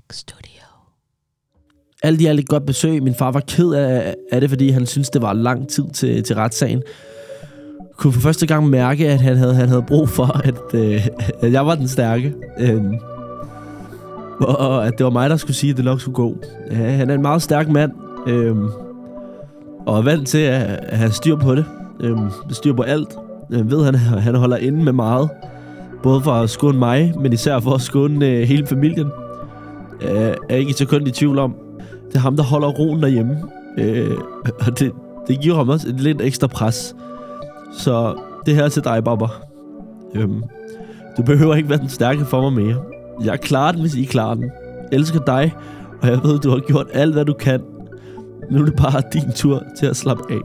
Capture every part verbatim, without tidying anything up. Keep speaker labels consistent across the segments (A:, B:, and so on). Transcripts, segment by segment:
A: Studio.
B: Alt i alt et godt besøg. Min far var ked af, af det, fordi han syntes, det var lang tid til, til retssagen. Kunne for første gang mærke, at han havde, han havde brug for, at, øh, at jeg var den stærke. Øhm, og at det var mig, der skulle sige, at det nok skulle gå. Ja, han er en meget stærk mand. Øhm, og er vant til at, at have styr på det. Øhm, styr på alt. Jeg ved, han, han holder inde med meget. Både for at skåne mig, men især for at skåne øh, hele familien. Jeg er ikke så kun i tvivl om. Det er ham, der holder roen derhjemme. Øh, og det, det giver ham også et lidt ekstra pres. Så det her er til dig, Baba. Øhm, du behøver ikke være den stærke for mig mere. Jeg klarer den, hvis I klarer den. Jeg elsker dig, og jeg ved, du har gjort alt, hvad du kan. Nu er det bare din tur til at slappe af.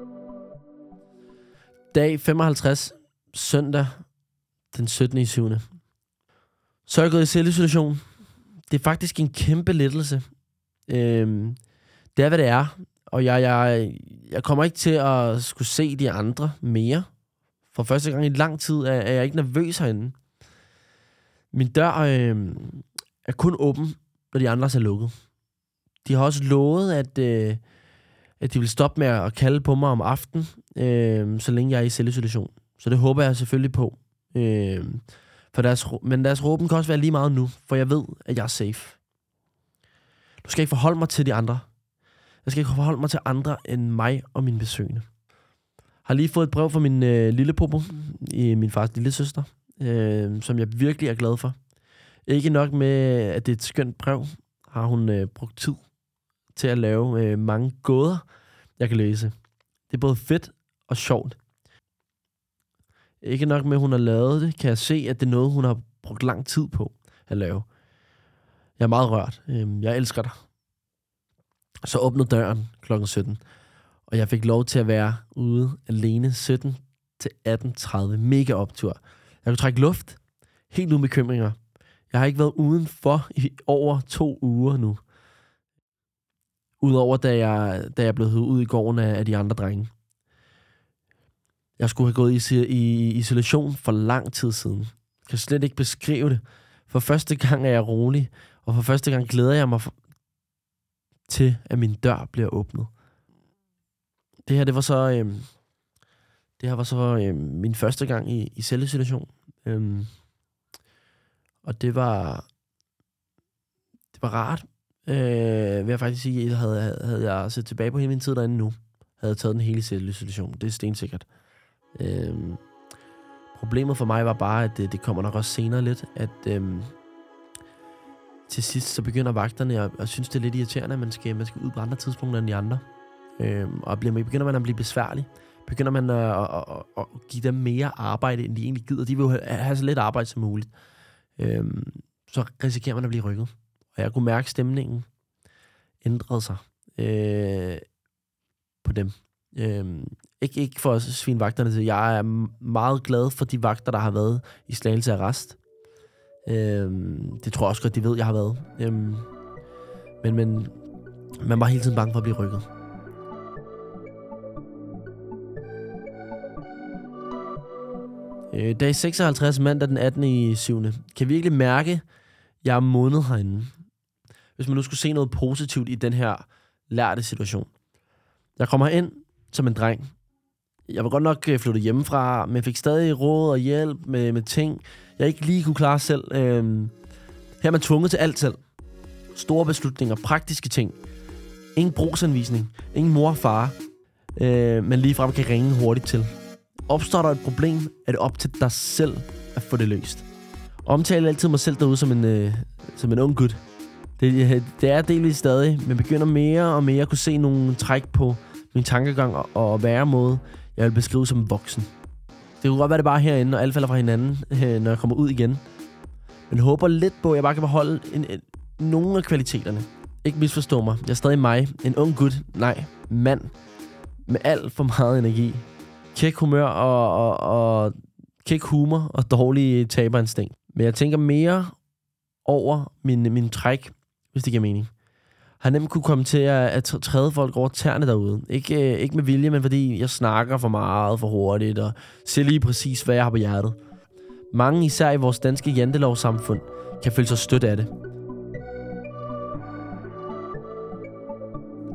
B: Dag femoghalvtreds. Søndag den syttende syvende Så er jeg gået i selvisolation. Det er faktisk en kæmpe lettelse. Øhm, det er, hvad det er. Og jeg, jeg, jeg kommer ikke til at skulle se de andre mere. For første gang i lang tid er, er jeg ikke nervøs herinde. Min dør øh, er kun åben, når de andre er lukket. De har også lovet, at, øh, at de vil stoppe med at kalde på mig om aftenen, øh, så længe jeg er i selvisolation. Så det håber jeg selvfølgelig på. Øh, for deres, men deres råben kan også være lige meget nu, for jeg ved, at jeg er safe. Du skal ikke forholde mig til de andre. Jeg skal ikke forholde mig til andre end mig og mine besøgende. Jeg har lige fået et brev fra min øh, lille popo, min fars lille søster, øh, som jeg virkelig er glad for. Ikke nok med, at det er et skønt brev, har hun øh, brugt tid til at lave øh, mange gåder, jeg kan læse. Det er både fedt og sjovt. Ikke nok med, at hun har lavet det, kan jeg se, at det er noget, hun har brugt lang tid på at lave. Jeg er meget rørt. Jeg elsker dig. Så åbnede døren klokken sytten, og jeg fik lov til at være ude alene sytten til atten tredive. Mega optur. Jeg kunne trække luft. Helt uden bekymringer. Jeg har ikke været udenfor i over to uger nu. Udover da jeg, da jeg blev hævet ud i gården af, af de andre drenge. Jeg skulle have gået i, i isolation for lang tid siden. Jeg kan slet ikke beskrive det. For første gang er jeg rolig, og for første gang glæder jeg mig for, til, at min dør bliver åbnet. Det her, det var så, øhm, det her var så øhm, min første gang i, i selvisolation. Øhm, og det var, det var rart. Øh, vil jeg faktisk sige, havde, havde jeg set tilbage på hele min tid derinde nu, havde jeg taget den hele selvisolation. Det er stensikkert. Øhm, problemet for mig var bare, at det, det kommer nok også senere lidt, at øhm, til sidst så begynder vagterne at, at synes, det er lidt irriterende, at man skal, man skal ud på andre tidspunkter end de andre. Øhm, og bliver, begynder man at blive besværlig. Begynder man at, at, at, at give dem mere arbejde, end de egentlig gider. De vil jo have, have så lidt arbejde som muligt. Øhm, så risikerer man at blive rykket. Og jeg kunne mærke, at stemningen ændrede sig øh, på dem. Øhm, ikke, ikke for at svine vagterne til. Jeg er meget glad for de vagter, der har været i Slagelse Arrest. Øhm, det tror jeg også godt, de ved, jeg har været. Øhm, men, men man var hele tiden bange for at blive rykket. Øh, dag seksoghalvtreds, mandag den attende syvende Kan virkelig mærke, at jeg er modnet herinde. Hvis man nu skulle se noget positivt i den her lærte situation. Jeg kommer ind som en dreng. Jeg var godt nok flyttet hjemmefra, men fik stadig råd og hjælp med, med ting, jeg ikke lige kunne klare selv. Øhm, her er man tvunget til alt selv. Store beslutninger, praktiske ting. Ingen brugsanvisning, ingen mor og far, øh, man ligefrem kan ringe hurtigt til. Opstår der et problem, er det op til dig selv at få det løst. Omtale altid mig selv derude som en, øh, som en ung gut. Det, det er delvis stadig, men begynder mere og mere at kunne se nogle træk på min tankegang og, og væremåde, jeg vil beskrive som voksen. Det kunne godt være det bare herinde, og alle falder fra hinanden, øh, når jeg kommer ud igen. Men jeg håber lidt på, at jeg bare kan beholde en, en, nogle af kvaliteterne. Ikke misforstå mig. Jeg er stadig mig. En ung gut. Nej. Mand. Med alt for meget energi. Kæk humør og, og, og kæk humor og dårlig taberinstinkt. Men jeg tænker mere over min, min træk, hvis det giver mening. Har nemt kunne komme til at, at træde folk over tæerne derude. Ikke, ikke med vilje, men fordi jeg snakker for meget, for hurtigt, og siger lige præcis, hvad jeg har på hjertet. Mange, især i vores danske jantelovssamfund, kan føle sig stødt af det.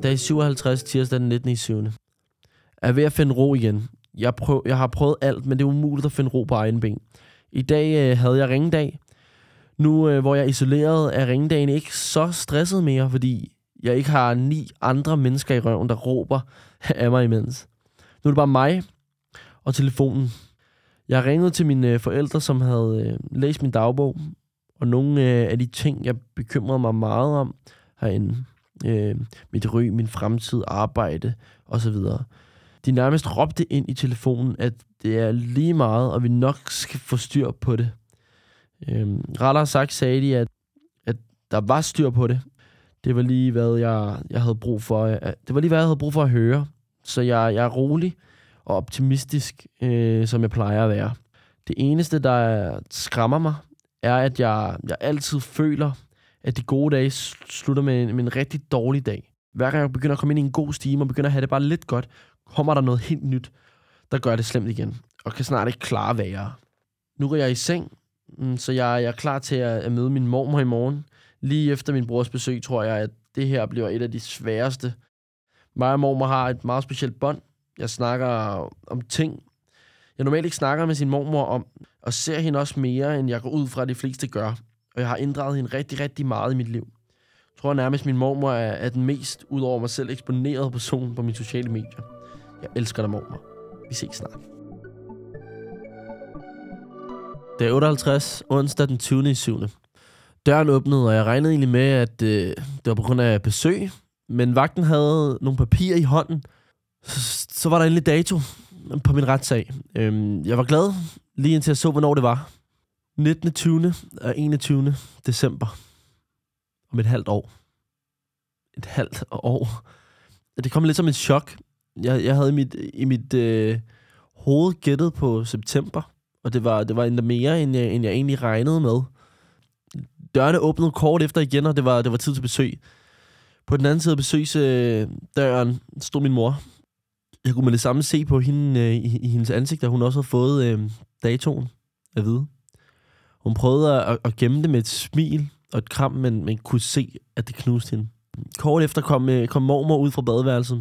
B: Dag syvoghalvtreds, tirsdag den nittende syvende Er ved at finde ro igen. Jeg, prøv, jeg har prøvet alt, men det er umuligt at finde ro på egen ben. I dag øh, havde jeg ringedag. Nu øh, hvor jeg er isoleret, er ringedagen ikke så stresset mere, fordi jeg ikke har ni andre mennesker i røven, der råber af mig imens. Nu er det bare mig og telefonen. Jeg ringede til mine forældre, som havde øh, læst min dagbog, og nogle øh, af de ting, jeg bekymrede mig meget om herinde. Øh, mit ry, min fremtid, arbejde osv. De nærmest råbte ind i telefonen, at det er lige meget, og vi nok skal få styr på det. Øh, rettere sagt sagde de, at, at der var styr på det. Det var lige, hvad jeg, jeg havde brug for. Det var lige, hvad jeg havde brug for at høre. Så jeg, jeg er rolig og optimistisk, øh, som jeg plejer at være. Det eneste, der skræmmer mig, er, at jeg, jeg altid føler, at de gode dage slutter med en, med en rigtig dårlig dag. Hver gang jeg begynder at komme ind i en god stime og begynder at have det bare lidt godt, kommer der noget helt nyt, der gør det slemt igen. Og kan snart ikke klare værre. Nu er jeg i seng, så jeg, jeg er klar til at, at møde min mormor i morgen. Lige efter min brors besøg, tror jeg, at det her bliver et af de sværeste. Mig og mormor har et meget specielt bånd. Jeg snakker om ting, jeg normalt ikke snakker med sin mormor om, og ser hende også mere, end jeg går ud fra, at de fleste gør. Og jeg har inddraget hende rigtig, rigtig meget i mit liv. Jeg tror nærmest, at min mormor er, er den mest, ud over mig selv, eksponerede person på mine sociale medier. Jeg elsker dig, mormor. Vi ses snart. Dag otteoghalvtreds, onsdag den tyvende syvende Døren åbnede, og jeg regnede egentlig med, at øh, det var på grund af besøg. Men vagten havde nogle papirer i hånden. Så, så var der endelig dato på min retssag. Øhm, jeg var glad, lige indtil jeg så, hvornår det var. nittende, tyvende og enogtyvende december. Om et halvt år. Et halvt år. Det kom lidt som et chok. Jeg, jeg havde i mit, i mit øh, hoved gættet på september. Og det var, det var endda mere, end jeg, end jeg egentlig regnede med. Dørene åbnede kort efter igen, og det var, det var tid til besøg. På den anden side af besøgsdøren stod min mor. Jeg kunne med det samme se på hende øh, i, i hendes ansigt, at hun også havde fået øh, datoen at vide. Hun prøvede at, at gemme det med et smil og et kram, men, men kunne se, at det knuste hende. Kort efter kom, øh, kom mormor ud fra badeværelset,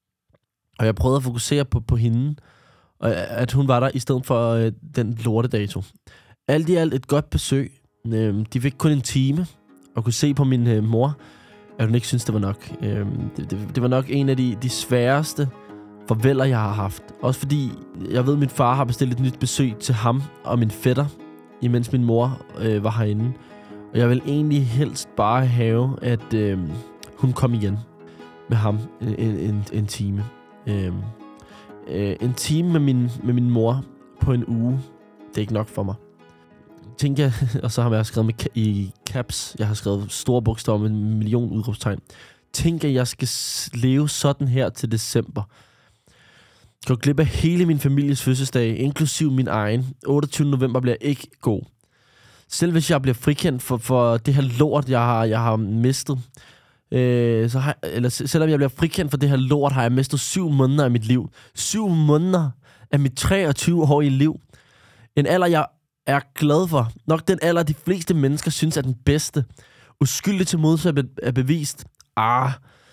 B: og jeg prøvede at fokusere på, på hende, og at hun var der i stedet for øh, den lortedato. Alt i alt et godt besøg. Øh, de fik kun en time, og kunne se på min øh, mor, at hun ikke synes det var nok. Øh, det, det, det var nok en af de, de sværeste farveler, jeg har haft. Også fordi, jeg ved, at min far har bestilt et nyt besøg til ham og min fætter, imens min mor øh, var herinde. Og jeg vil egentlig helst bare have, at øh, hun kom igen med ham en, en, en time. Øh, øh, en time med min, med min mor på en uge, det er ikke nok for mig. Tænker jeg, og så har jeg skrevet med i caps, jeg har skrevet store bogstaver med en million udråbstegn. Tænker jeg skal leve sådan her til december. Jeg går glip af hele min families fødselsdag, inklusiv min egen. otteogtyvende november bliver ikke god. Selv hvis jeg bliver frikendt for, for det her lort, jeg har, jeg har mistet, øh, så har, eller selvom jeg bliver frikendt for det her lort, har jeg mistet syv måneder af mit liv. Syv måneder af mit treogtyve-årige liv. En alder, jeg er glad for. Nok den alder, de fleste mennesker synes er den bedste. Uskyldig til modsat er bevist. Ah.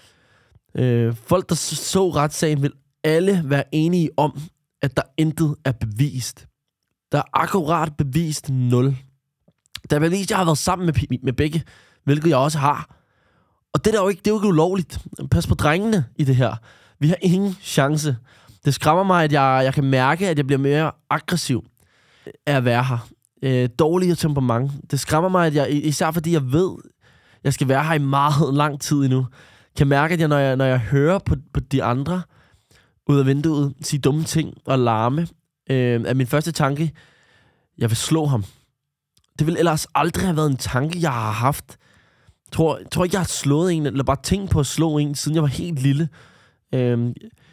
B: Øh, folk, der så retssagen, vil alle være enige om, at der intet er bevist. Der er akkurat bevist nul. Der er bevist, at jeg har været sammen med, med begge, hvilket jeg også har. Og det er jo ikke, det er jo ikke ulovligt. Pas på drengene i det her. Vi har ingen chance. Det skræmmer mig, at jeg, jeg kan mærke, at jeg bliver mere aggressiv af at være her. Øh, dårligere temperament. Det skræmmer mig, at jeg, især fordi jeg ved, jeg skal være her i meget lang tid endnu, kan mærke, at jeg, når jeg, når jeg hører på, på de andre ud af vinduet, sige dumme ting og larme, øh, er min første tanke, jeg vil slå ham. Det vil ellers aldrig have været en tanke, jeg har haft. Jeg tror, jeg tror ikke, jeg har slået en, eller bare tænkt på at slå en, siden jeg var helt lille. Øh,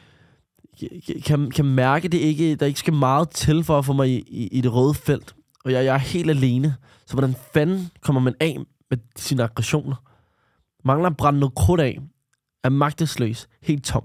B: kan, kan mærke, det ikke, der ikke skal meget til for at få mig i, i, i det røde felt. Og jeg, jeg er helt alene. Så hvordan fanden kommer man af med sine aggressioner? Mangler at brænde noget krudt af. Er magtesløs. Helt tom.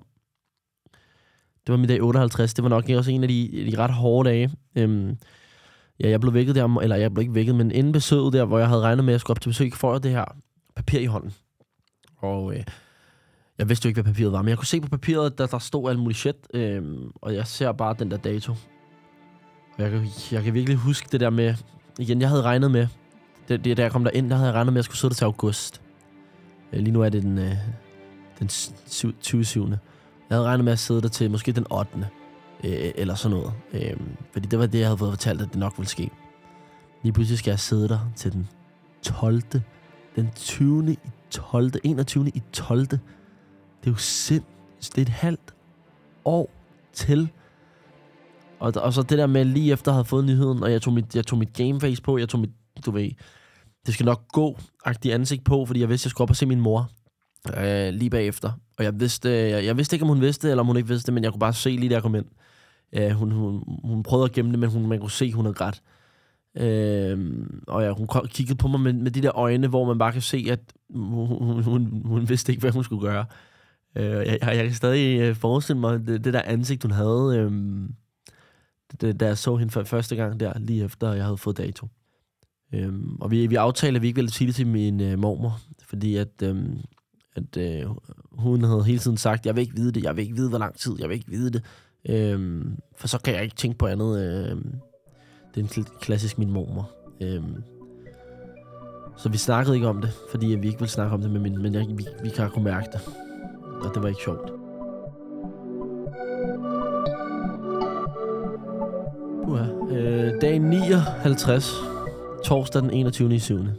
B: Det var min dag otteoghalvtreds. Det var nok også en af de, de ret hårde dage. Øhm, ja, jeg blev vækket der, eller jeg blev ikke vækket, men inden besøget der, hvor jeg havde regnet med, at jeg skulle op til besøg, får jeg det her papir i hånden. Og øh, Jeg vidste jo ikke, hvad papiret var, men jeg kunne se på papiret, der, der stod alt muligt shit, øhm, og jeg ser bare den der dato. Og jeg, jeg kan virkelig huske det der med, igen, jeg havde regnet med, det, det, da jeg kom derind, der havde jeg regnet med, at jeg skulle sidde der til august. Øh, lige nu er det den, øh, den tyvende syvende Jeg havde regnet med at sidde der til måske den ottende Øh, eller sådan noget. Øh, fordi det var det, jeg havde fået fortalt, at det nok ville ske. Lige pludselig skal jeg sidde der til den tolvte Den tyvende i tolvte enogtyvende i tolvte Det er jo sind. Det er et halvt år til. Og, og så det der med, lige efter jeg havde fået nyheden, og jeg tog mit, jeg tog mit gameface på, jeg tog mit, du ved, det skal nok gå-agtigt ansigt på, fordi jeg vidste, jeg skulle op og se min mor øh, lige bagefter. Og jeg vidste, jeg, jeg vidste ikke, om hun vidste, eller om hun ikke vidste det, men jeg kunne bare se lige, da jeg kom ind. Øh, hun, hun, hun prøvede at gemme det, men hun, man kunne se, at hun havde grædt. Øh, og ja, hun kiggede på mig med, med de der øjne, hvor man bare kan se, at hun, hun, hun, hun vidste ikke, hvad hun skulle gøre. Øh, jeg, jeg, jeg kan stadig forestille mig, det, det der ansigt, hun havde, øh, det, da jeg så hende for første gang der, lige efter jeg havde fået dato. Øh, og vi, vi aftalte, at vi ikke ville sige det til min øh, mormor, fordi at, øh, at øh, hun havde hele tiden sagt, jeg vil ikke vide det, jeg vil ikke vide, hvor lang tid, jeg vil ikke vide det. Øh, for så kan jeg ikke tænke på andet. Øh, det er en klassisk min mormor. Øh, så vi snakkede ikke om det, fordi vi ikke ville snakke om det med min, men jeg, vi, vi kan kunne mærke det. Og det var ikke sjovt. Uh, øh, dag nioghalvtreds Torsdag den enogtyvende syvende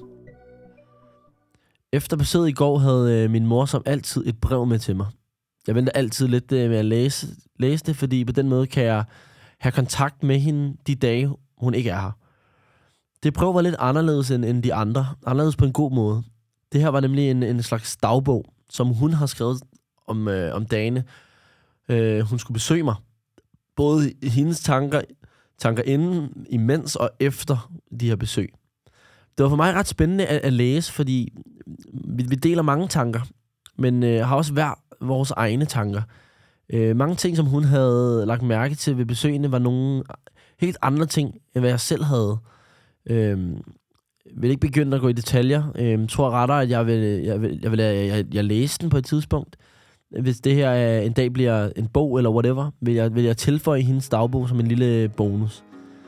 B: Efter besøget i går havde øh, min mor som altid et brev med til mig. Jeg venter altid lidt øh, med at læse, læse det, fordi på den måde kan jeg have kontakt med hende de dage, hun ikke er her. Det brev var lidt anderledes end, end de andre. Anderledes på en god måde. Det her var nemlig en, en slags dagbog, som hun har skrevet om, øh, om dagene. Øh, hun skulle besøge mig. Både hendes tanker, tanker inden, imens og efter de her besøg. Det var for mig ret spændende at, at læse, fordi vi, vi deler mange tanker, men øh, har også hver vores egne tanker. Øh, mange ting, som hun havde lagt mærke til ved besøgene, var nogle helt andre ting, end hvad jeg selv havde. Øh, Jeg vil ikke begynde at gå i detaljer. Jeg øh, tror rettere, at jeg vil, jeg, vil, jeg, vil, jeg, jeg læse den på et tidspunkt. Hvis det her en dag bliver en bog eller whatever, vil jeg, vil jeg tilføje hendes dagbog som en lille bonus.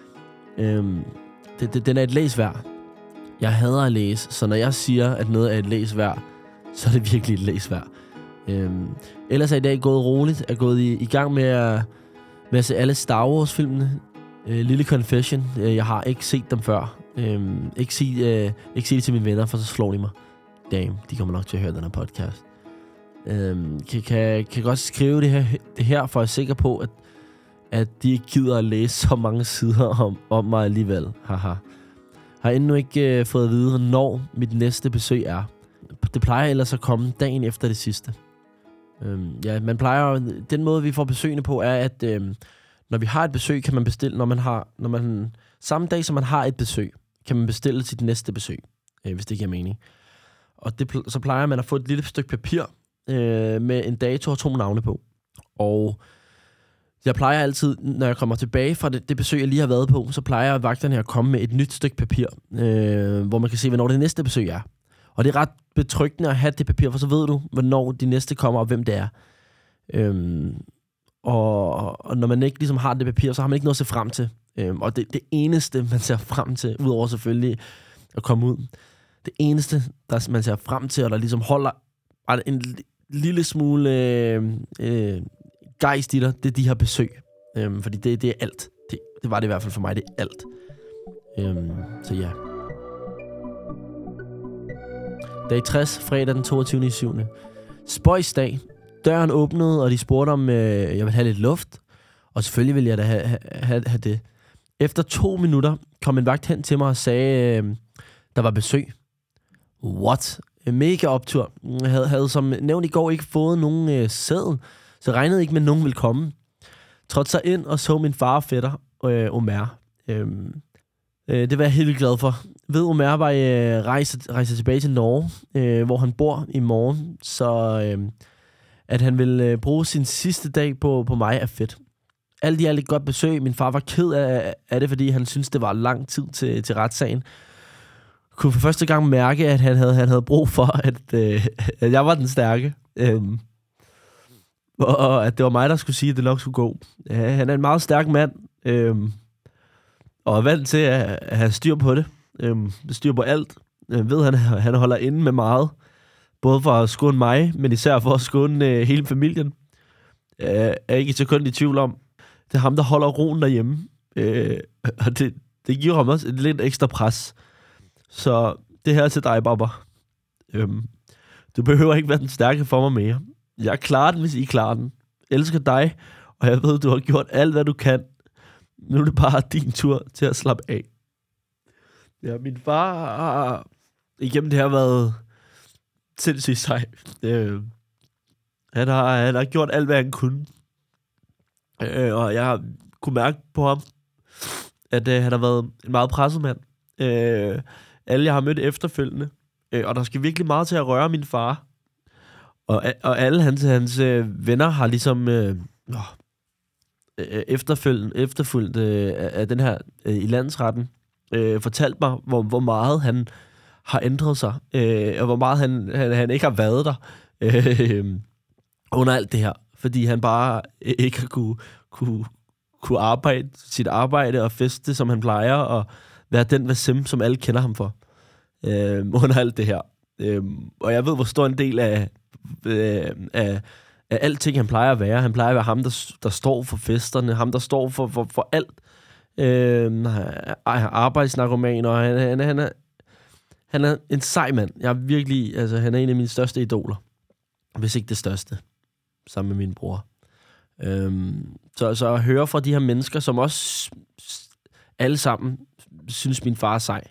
B: Øhm, det, det, den er et læs værd. Jeg hader at læse, så når jeg siger, at noget er et læs værd, så er det virkelig et læs værd. Øhm, ellers er i dag gået roligt. Jeg er gået i, i gang med at, med at se alle Star Wars-filmene. Øh, lille confession. Jeg har ikke set dem før. Øhm, ikke, sige, øh, ikke sige det til mine venner, for så slår de mig. Damn, de kommer nok til at høre den her podcast. Øhm, kan, kan, kan godt skrive det her, det her, for jeg er sikker på, at, at de ikke gider at læse så mange sider om, om mig alligevel. Haha. Har endnu ikke øh, fået at vide, hvornår mit næste besøg er. Det plejer ellers at komme dagen efter det sidste. Øhm, ja, man plejer, den måde vi får besøgende på er, at øh, når vi har et besøg, kan man bestille, når man har, når man, samme dag som man har et besøg, kan man bestille sit næste besøg, øh, hvis det giver mening. Og det, så plejer man at få et lille stykke papir øh, med en dato og to navne på. Og jeg plejer altid, når jeg kommer tilbage fra det, det besøg, jeg lige har været på, så plejer vagterne at komme med et nyt stykke papir, øh, hvor man kan se, hvornår det næste besøg er. Og det er ret betryggende at have det papir, for så ved du, hvornår de næste kommer, og hvem det er. Øhm, og, og når man ikke ligesom har det papir, så har man ikke noget at se frem til. Øhm, og det, det eneste, man ser frem til, udover selvfølgelig at komme ud, det eneste, der man ser frem til, og der ligesom holder en lille smule øh, øh, gejst i dig, det er de her besøg. Øhm, fordi det, det er alt. Det, det var det i hvert fald for mig, det er alt. Øhm, så ja. Dag tres, fredag den toogtyvende syvende Spøjsdag. Døren åbnede, og de spurgte, om øh, jeg ville have lidt luft. Og selvfølgelig ville jeg da have, have, have det. Efter to minutter kom en vagt hen til mig og sagde, øh, der var besøg. What? Mega optur. Jeg havde, havde som nævnt i går ikke fået nogen øh, seddel, så regnede ikke med, at nogen ville komme. Trådte sig ind og så min far og fætter, øh, Omer. Øh, øh, det var jeg helt glad for. Ved Omer var øh, rejse, rejse tilbage til Norge, øh, hvor han bor i morgen, så øh, at han ville øh, bruge sin sidste dag på, på mig er fedt. Alt i alt et godt besøg. Min far var ked af, af det, fordi han syntes, det var lang tid til, til retssagen. Jeg kunne for første gang mærke, at han havde, han havde brug for, at, øh, at jeg var den stærke. Øhm, og at det var mig, der skulle sige, at det nok skulle gå. Ja, han er en meget stærk mand, øhm, og er vant til at, at have styr på det. Øhm, styr på alt. Jeg ved, han, han holder inde med meget. Både for at skåne mig, men især for at skåne øh, hele familien. Jeg er ikke så kun i tvivl om. Det er ham, der holder roen derhjemme. Øh, og det, det giver ham også et lidt ekstra pres. Så det her er til dig, Baba. Øhm, du behøver ikke være den stærke for mig mere. Jeg klarer den, hvis I klarer den. Jeg elsker dig, og jeg ved, du har gjort alt, hvad du kan. Nu er det bare din tur til at slappe af. Ja, min far har igennem det her været sindssygt sej. Øh, han, har, han har gjort alt, hvad han kunne. Øh, og jeg har kunne mærke på ham, at øh, han har været en meget presset mand. Øh, alle, jeg har mødt efterfølgende. Øh, og der skal virkelig meget til at røre min far. Og, og alle hans, hans øh, venner har ligesom øh, øh, efterfølgende, efterfølgende øh, af den her øh, i landsretten øh, fortalt mig, hvor, hvor meget han har ændret sig. Øh, og hvor meget han, han, han ikke har været der øh, under alt det her. Fordi han bare ikke har kunne, kunne, kunne arbejde sit arbejde og feste, som han plejer, og være den vasim, som alle kender ham for. Øh, under alt det her. Øh, og jeg ved, hvor stor en del af, øh, af, af alting, han plejer at være. Han plejer at være ham, der, der står for festerne, ham, der står for, for, for alt. Øh, arbejdsnarkoman, og han, han, han, er, han er en sej mand. Jeg er virkelig, altså, han er en af mine største idoler. Hvis ikke det største. Sammen med min bror. Øhm, så, så at høre fra de her mennesker, som også alle sammen synes, min far er sej.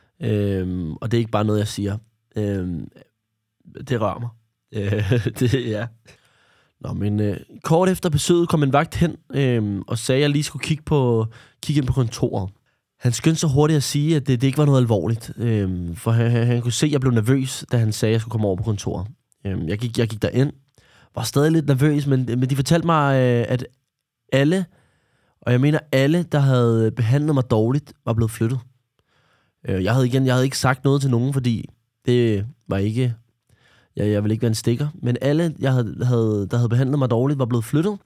B: Øhm, og det er ikke bare noget, jeg siger. Øhm, det rører mig. Øh, det, ja. Nå, men øh, kort efter besøget kom en vagt hen, øh, og sagde, at jeg lige skulle kigge, på, kigge ind på kontoret. Han skyndte så hurtigt at sige, at det, det ikke var noget alvorligt. Øh, for han, han, han kunne se, at jeg blev nervøs, da han sagde, at jeg skulle komme over på kontoret. Øh, jeg, gik, jeg gik derind. Var stadig lidt nervøs, men, men de fortalte mig, øh, at alle, og jeg mener alle, der havde behandlet mig dårligt, var blevet flyttet. Øh, jeg havde igen, jeg havde ikke sagt noget til nogen, fordi det var ikke, jeg, jeg ville ikke være en stikker, men alle, jeg havde, havde, der havde behandlet mig dårligt, var blevet flyttet.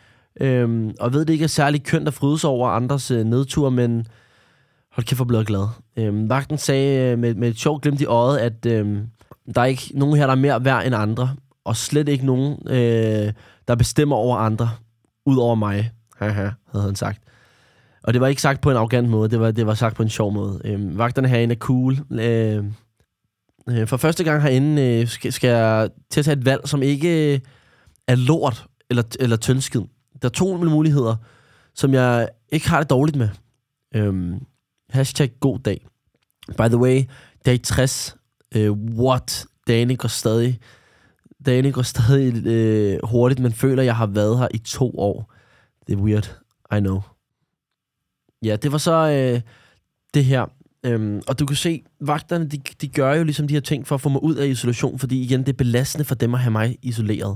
B: Øh, og ved det ikke er særlig kønt at fryde sig over andres øh, nedtur, men hold kæft, hvor blev jeg glad. Øh, vagten sagde øh, med, med et sjovt glimt i øjet, at øh, der er ikke nogen her, der er mere værd end andre. Og slet ikke nogen, øh, der bestemmer over andre, ud over mig, haha, havde han sagt. Og det var ikke sagt på en arrogant måde, det var, det var sagt på en sjov måde. Øh, vagterne herinde er cool. Øh, øh, for første gang herinde øh, skal, skal jeg til at tage et valg, som ikke øh, er lort eller, eller tyndskid. Der er to muligheder, som jeg ikke har det dårligt med. Øh, hashtag god dag. By the way, dag tres. Øh, what? Dagene går stadig... Dagene går stadig øh, hurtigt, men føler, at jeg har været her i to år. Det er weird. I know. Ja, det var så øh, det her. Øhm, og du kan se, vagterne, de, de gør jo ligesom de her ting for at få mig ud af isolation, fordi igen, det er belastende for dem at have mig isoleret.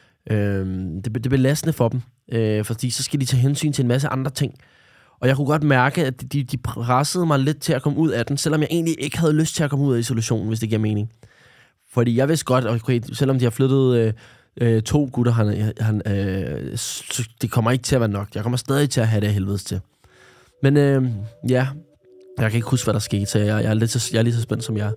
B: Øhm, det, det er belastende for dem, øh, fordi så skal de tage hensyn til en masse andre ting. Og jeg kunne godt mærke, at de, de pressede mig lidt til at komme ud af den, selvom jeg egentlig ikke havde lyst til at komme ud af isolationen, hvis det giver mening. Fordi jeg vidste godt, okay, selvom de har flyttet øh, øh, to gutter, han, han, øh, det kommer ikke til at være nok. Jeg kommer stadig til at have det helvedes til. Men øh, ja, jeg kan ikke huske, hvad der skete, så jeg, jeg, er, lidt så, jeg er lige så spændt som jeg.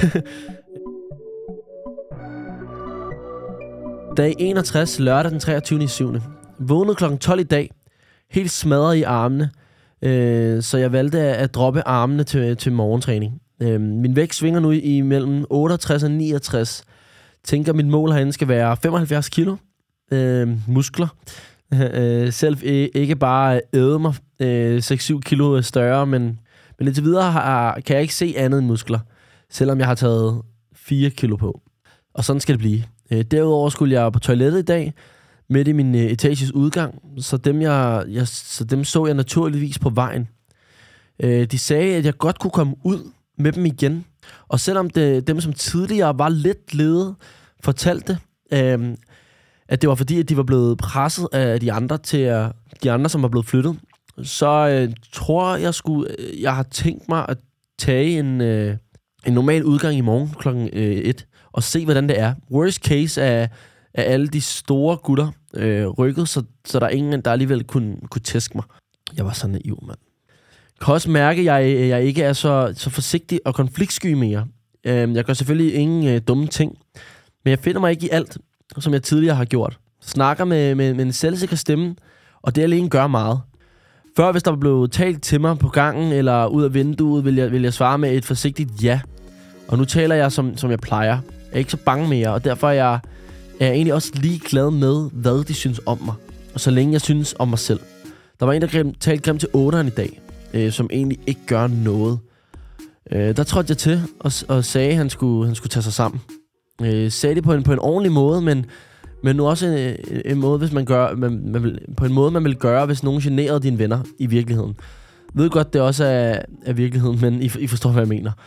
B: Dag enogtres, lørdag den treogtyvende syvende Vågnede klokken tolv i dag, helt smadret i armene, øh, så jeg valgte at, at droppe armene til, til morgentræning. Øh, min vægt svinger nu i mellem otteogtres og niogtres. Tænker, mit mål herinde skal være femoghalvfjerds kilo øh, muskler. Øh, selv ikke bare æde mig øh, seks syv kilo større, men, men indtil videre har, kan jeg ikke se andet end muskler, selvom jeg har taget fire kilo på. Og sådan skal det blive. Øh, derudover skulle jeg på toilettet i dag, midt i min øh, etages udgang, så dem, jeg, jeg, så dem så jeg naturligvis på vejen. Øh, de sagde, at jeg godt kunne komme ud med dem igen. Og selvom det, dem, som tidligere var lidt lede, fortalte, øh, at det var fordi, at de var blevet presset af de andre, til at, de andre, som var blevet flyttet, så øh, tror jeg skulle, jeg har tænkt mig at tage en, øh, en normal udgang i morgen klokken et og se, hvordan det er. Worst case er, af alle de store gutter øh, rykket, så, så der er ingen, der alligevel kunne, kunne tæske mig. Jeg var så naiv, mand. Jeg kan også mærke, at jeg, jeg ikke er så, så forsigtig og konfliktsky mere. Øh, jeg gør selvfølgelig ingen øh, dumme ting, men jeg finder mig ikke i alt, som jeg tidligere har gjort. Snakker med, med, med en selvsikker stemme, og det alene gør meget. Før, hvis der var blevet talt til mig på gangen eller ud af vinduet, vil jeg, vil jeg svare med et forsigtigt ja. Og nu taler jeg, som, som jeg plejer. Jeg er ikke så bange mere, og derfor er jeg, er jeg egentlig også lige glad med, hvad de synes om mig. Og så længe jeg synes om mig selv. Der var en, der grem, talte grimt til otteren i dag, øh, som egentlig ikke gør noget. Øh, der trådte jeg til og, og sagde, at han skulle, han skulle tage sig sammen. Øh, sagde det på en, på en ordentlig måde, men... Men nu også en, en måde, hvis man gør, man, man vil, på en måde, man vil gøre, hvis nogen generede dine venner i virkeligheden. Jeg ved godt, det også er, er virkeligheden, men I, I forstår, hvad jeg mener.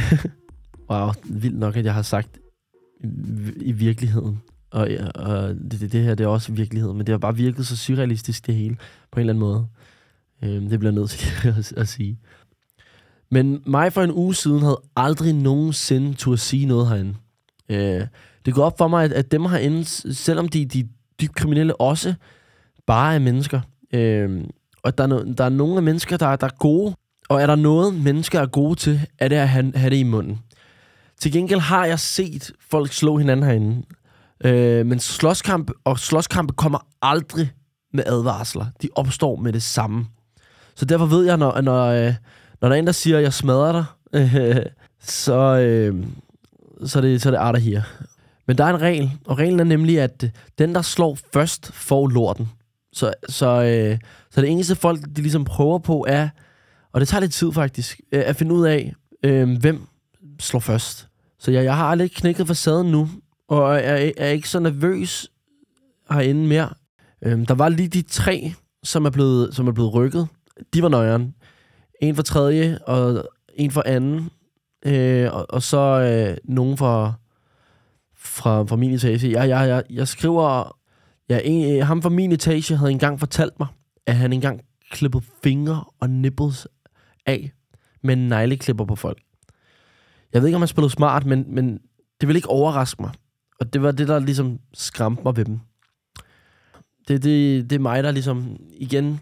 B: Wow, vildt nok, at jeg har sagt i, i virkeligheden. Og, og det, det, det her, det er også virkeligheden, men det har bare virket så surrealistisk, det hele, på en eller anden måde. Øhm, det bliver jeg nødt til at, at sige. Men mig for en uge siden havde aldrig nogensinde turde sige noget herinde. Øh, Det går op for mig, at, at dem herinde, selvom de, de dybt kriminelle også bare er mennesker. Øh, og der er, no, der er nogle af mennesker, der, der er gode. Og er der noget, mennesker er gode til, er det at have, have det i munden. Til gengæld har jeg set folk slå hinanden herinde. Øh, men slåskampe og slåskampe kommer aldrig med advarsler. De opstår med det samme. Så derfor ved jeg, når, når, når der er en, der siger, at jeg smadrer dig, øh, så, øh, så, er det, så er det arter her. Men der er en regel, og reglen er nemlig, at den, der slår først, får lorten. Så, så, øh, så det eneste folk, de ligesom prøver på, er, og det tager lidt tid faktisk, øh, at finde ud af, øh, hvem slår først. Så jeg, jeg har lidt knækket facaden nu, og er, er ikke så nervøs herinde mere. Øh, der var lige de tre, som er blevet, som er blevet rykket. De var nøjeren. En for tredje, og en for anden, øh, og, og så øh, nogen for... Fra, fra min etage. Jeg, jeg, jeg, jeg skriver... Ja, en, ham fra min etage havde engang fortalt mig, at han engang klippede fingre og nipples af med en negleklipper på folk. Jeg ved ikke, om han spillede smart, men, men det ville ikke overraske mig. Og det var det, der ligesom skræmte mig ved dem. Det, det, det er mig, der ligesom... Igen...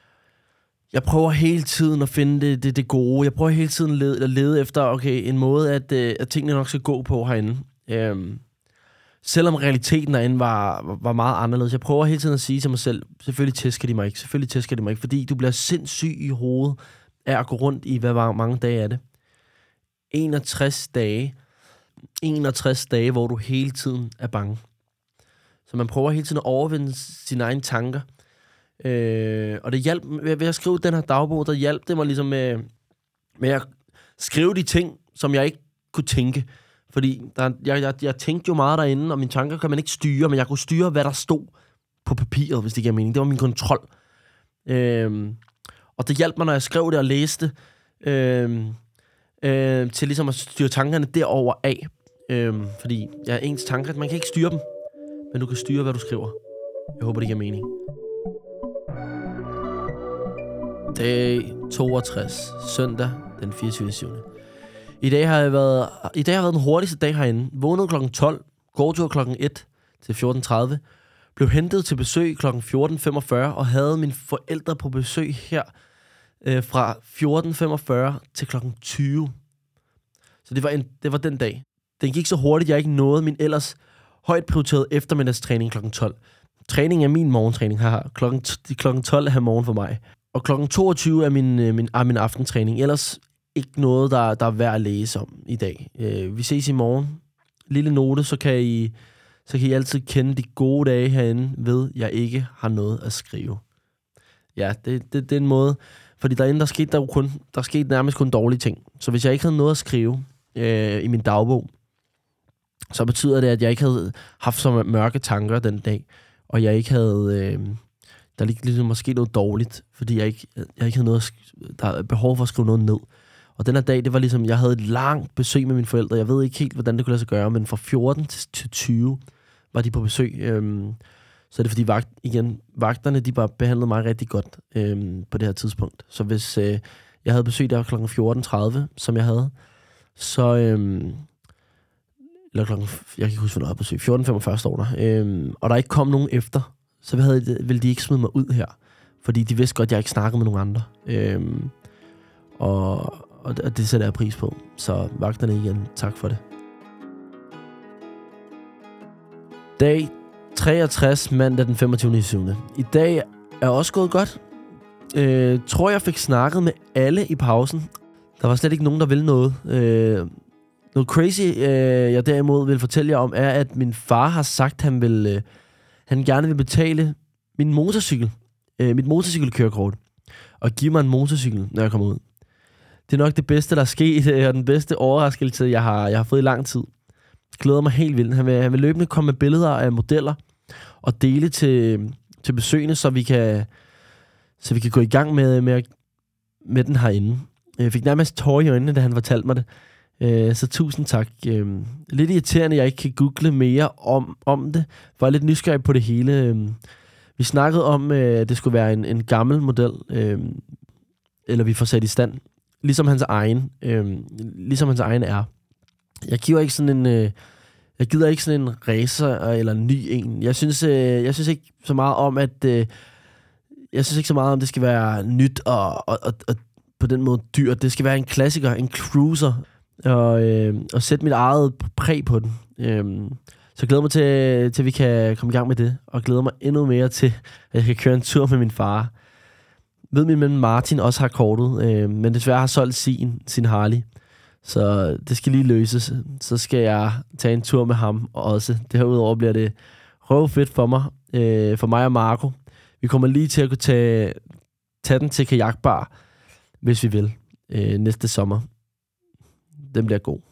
B: Jeg prøver hele tiden at finde det, det, det gode. Jeg prøver hele tiden at lede, at lede efter okay, en måde, at, at tingene nok skal gå på herinde. Øhm, Selvom realiteten derinde var, var meget anderledes. Jeg prøver hele tiden at sige til mig selv, selvfølgelig tæsker de mig ikke, selvfølgelig tæsker de mig ikke, fordi du bliver sindssyg i hovedet af at gå rundt i, hvad var mange dage er det? enogtres dage. enogtres dage, hvor du hele tiden er bange. Så man prøver hele tiden at overvinde sine egne tanker. Øh, og det hjalp, ved at skrive den her dagbog, der hjalp det mig ligesom med, med at skrive de ting, som jeg ikke kunne tænke. Fordi der, jeg, jeg, jeg tænkte jo meget derinde, og mine tanker kan man ikke styre, men jeg kunne styre, hvad der stod på papiret, hvis det giver mening. Det var min kontrol. Øhm, og det hjalp mig, når jeg skrev det og læste, øhm, øhm, til ligesom at styre tankerne derover af. Øhm, fordi ja, ens tanker, man kan ikke styre dem, men du kan styre, hvad du skriver. Jeg håber, det giver mening. Dag toogtres, søndag den fireogtyvende syvende I dag har jeg været, i dag har været den hurtigste dag herinde. Vågnede klokken tolv, gårdtur klokken et til fjorten tredive. Blev hentet til besøg klokken fjorten femogfyrre og havde mine forældre på besøg her øh, fra fjorten femogfyrre til klokken tyve. Så det var, en, det var den dag. Den gik så hurtigt, jeg ikke nåede min ellers højt prioriteret eftermiddagstræning klokken tolv. Træning er min morgentræning her. Klokken, klokken tolv er morgen for mig. Og klokken toogtyve er min, min, er min aftentræning. Ellers ikke noget, der, der er værd at læse om i dag. Øh, vi ses i morgen. Lille note, så kan I, så kan I altid kende de gode dage herinde ved, jeg ikke har noget at skrive. Ja, det, det, det er en måde. Fordi derinde, der skete, der, jo kun, der skete nærmest kun dårlige ting. Så hvis jeg ikke havde noget at skrive øh, i min dagbog, så betyder det, at jeg ikke havde haft så mørke tanker den dag. Og jeg ikke havde... Øh, der ligesom måske noget dårligt, fordi jeg ikke, jeg ikke havde noget, der er behov for at skrive noget ned. Og den her dag, det var ligesom, jeg havde et langt besøg med mine forældre. Jeg ved ikke helt, hvordan det kunne lade sig gøre, men fra fjorten til tyve var de på besøg. Øhm, så er det fordi, vagt, igen, vagterne, de bare behandlede mig rigtig godt øhm, på det her tidspunkt. Så hvis øh, jeg havde besøg der klokken fjorten tredive, som jeg havde, så øhm, eller klokken, jeg kan ikke huske, hvornår jeg var på besøg, fjorten femogfyrre står der, øhm, og der ikke kom nogen efter, så havde, ville de ikke smide mig ud her, fordi de vidste godt, at jeg ikke snakkede med nogen andre. Øhm, og, og, og det sætter jeg pris på. Så vagterne igen, tak for det. Dag treogtres, mandag den femogtyvende syvende I dag er også gået godt. Øh, tror jeg fik snakket med alle i pausen. Der var slet ikke nogen, der ville noget. Øh, noget crazy, øh, jeg derimod vil fortælle jer om, er, at min far har sagt, at han, vil, øh, han gerne vil betale min motorcykel, øh, mit motorcykelkørekort, og give mig en motorcykel, når jeg kommer ud. Det er nok det bedste, der er sket, og den bedste overraskelse, jeg har, jeg har fået i lang tid. Jeg glæder mig helt vildt. Han vil, han vil løbende komme med billeder af modeller og dele til, til besøgende, så vi kan, så vi kan gå i gang med, med, med den herinde. Jeg fik nærmest tårer i øjnene, da han fortalte mig det. Så tusind tak. Lidt irriterende, at jeg ikke kan google mere om, om det. Jeg var lidt nysgerrig på det hele. Vi snakkede om, at det skulle være en, en gammel model, eller vi får sat i stand. Ligesom hans egen. Ligesom hans egen er. Jeg giver ikke sådan en... Øh, jeg gider ikke sådan en racer eller en ny en. Jeg synes, øh, jeg synes ikke så meget om, at... Øh, jeg synes ikke så meget om, det skal være nyt og, og, og, og på den måde dyrt. Det skal være en klassiker, en cruiser. Og, øh, og sætte mit eget præg på den. Øh, så jeg glæder mig til, til, at vi kan komme i gang med det. Og glæder mig endnu mere til, at jeg kan køre en tur med min far. Ved min ven Martin også har kortet, øh, men desværre har solgt sin, sin Harley. Så det skal lige løses. Så skal jeg tage en tur med ham også. Derudover bliver det røvfedt for mig. Øh, for mig og Marco. Vi kommer lige til at kunne tage, tage den til kajakbar, hvis vi vil, øh, næste sommer. Den bliver god.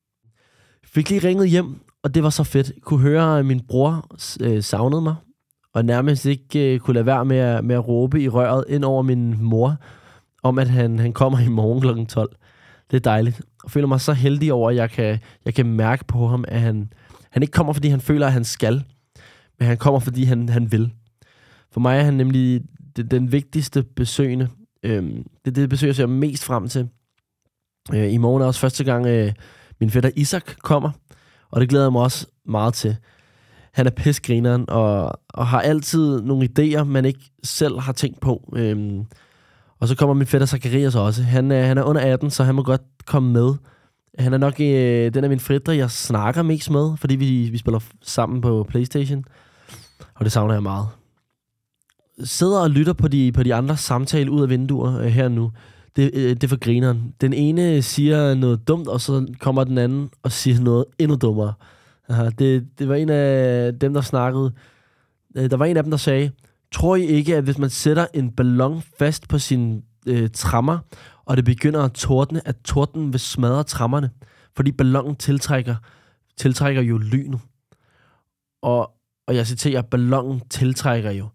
B: Fik lige ringet hjem, og det var så fedt. Jeg kunne høre, at min bror øh, savnede mig, og nærmest ikke øh, kunne lade være med at, med at råbe i røret ind over min mor, om at han, han kommer i morgen klokken tolv. Det er dejligt. Jeg føler mig så heldig over, at jeg kan, jeg kan mærke på ham, at han, han ikke kommer, fordi han føler, at han skal, men han kommer, fordi han, han vil. For mig er han nemlig det, den vigtigste besøgende. Øhm, det er det besøg, jeg ser mest frem til. Øh, I morgen er også første gang, øh, min fætter Isak kommer, og det glæder jeg mig også meget til. Han er pissegrineren, og, og har altid nogle idéer, man ikke selv har tænkt på. Øhm, og så kommer min fætter Zacharias også. Han er, han er under atten, så han må godt komme med. Han er nok øh, den af mine fætre, jeg snakker mest med, fordi vi, vi spiller sammen på PlayStation. Og det savner jeg meget. Sidder og lytter på de, på de andre samtaler ud af vinduer øh, her nu. Det, øh, det er for grineren. Den ene siger noget dumt, og så kommer den anden og siger noget endnu dummere. Aha, det, det var en af dem, der snakkede. Øh, der var en af dem, der sagde, tror I ikke, at hvis man sætter en ballon fast på sine øh, trammer, og det begynder at tordne, at tordnen vil smadre trammerne? Fordi ballonen tiltrækker, tiltrækker jo lynet. Og, og jeg citerer, ballonen tiltrækker jo.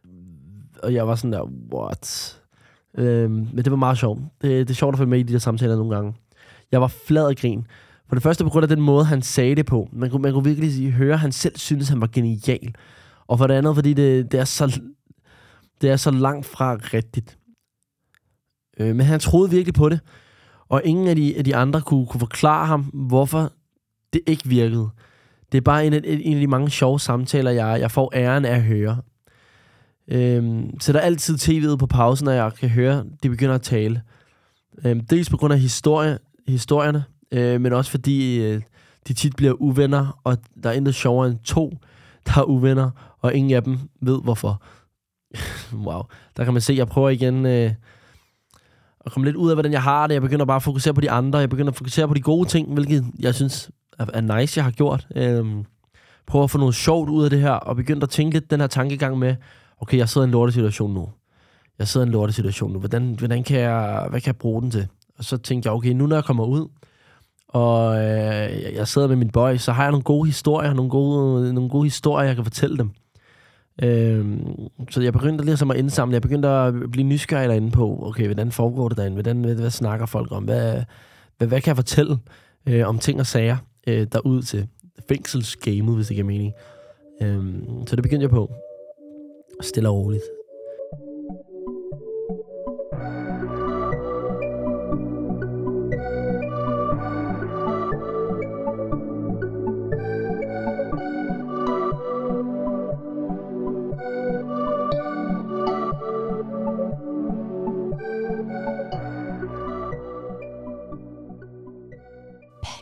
B: Og jeg var sådan der, what? Øhm, men det var meget sjovt. Det, det er sjovt at følge med i de der samtaler nogle gange. Jeg var flad af grin. For det første på grund af den måde, han sagde det på. Man kunne, man kunne virkelig høre, at han selv synes, han var genial. Og for det andet, fordi det, det, er, så, det er så langt fra rigtigt. Øh, men han troede virkelig på det. Og ingen af de, af de andre kunne, kunne forklare ham, hvorfor det ikke virkede. Det er bare en af, en af de mange sjove samtaler, jeg, jeg får æren af at høre. Øhm, sætter altid tv'et på pausen, når jeg kan høre, de begynder at tale. Øhm, dels på grund af historie, historierne, øh, men også fordi øh, de tit bliver uvenner, og der er intet sjovere end to, der er uvenner, og ingen af dem ved hvorfor. Wow. Der kan man se, at jeg prøver igen øh, at komme lidt ud af, hvordan jeg har det. Jeg begynder bare at fokusere på de andre. Jeg begynder at fokusere på de gode ting, hvilket jeg synes er, er nice, jeg har gjort. Øhm, prøver at få noget sjovt ud af det her, og begynder at tænke lidt den her tankegang med, okay, jeg sidder i en lortesituation nu. Jeg sidder i en lortesituation nu. Hvordan, hvordan kan jeg, hvad kan jeg bruge den til? Og så tænkte jeg, okay, nu når jeg kommer ud, og øh, jeg sidder med min boys, så har jeg nogle gode historier, nogle gode, nogle gode historier, jeg kan fortælle dem. Øh, så jeg begyndte ligesom at indsamle, jeg begyndte at blive nysgerrig derinde på, okay, hvordan foregår det derinde? Hvordan, hvad, hvad snakker folk om? Hvad, hvad, hvad kan jeg fortælle øh, om ting og sager øh, derud til fængselsgamet, hvis det giver mening? Øh, så det begyndte jeg på. Stille og roligt.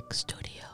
B: Studio.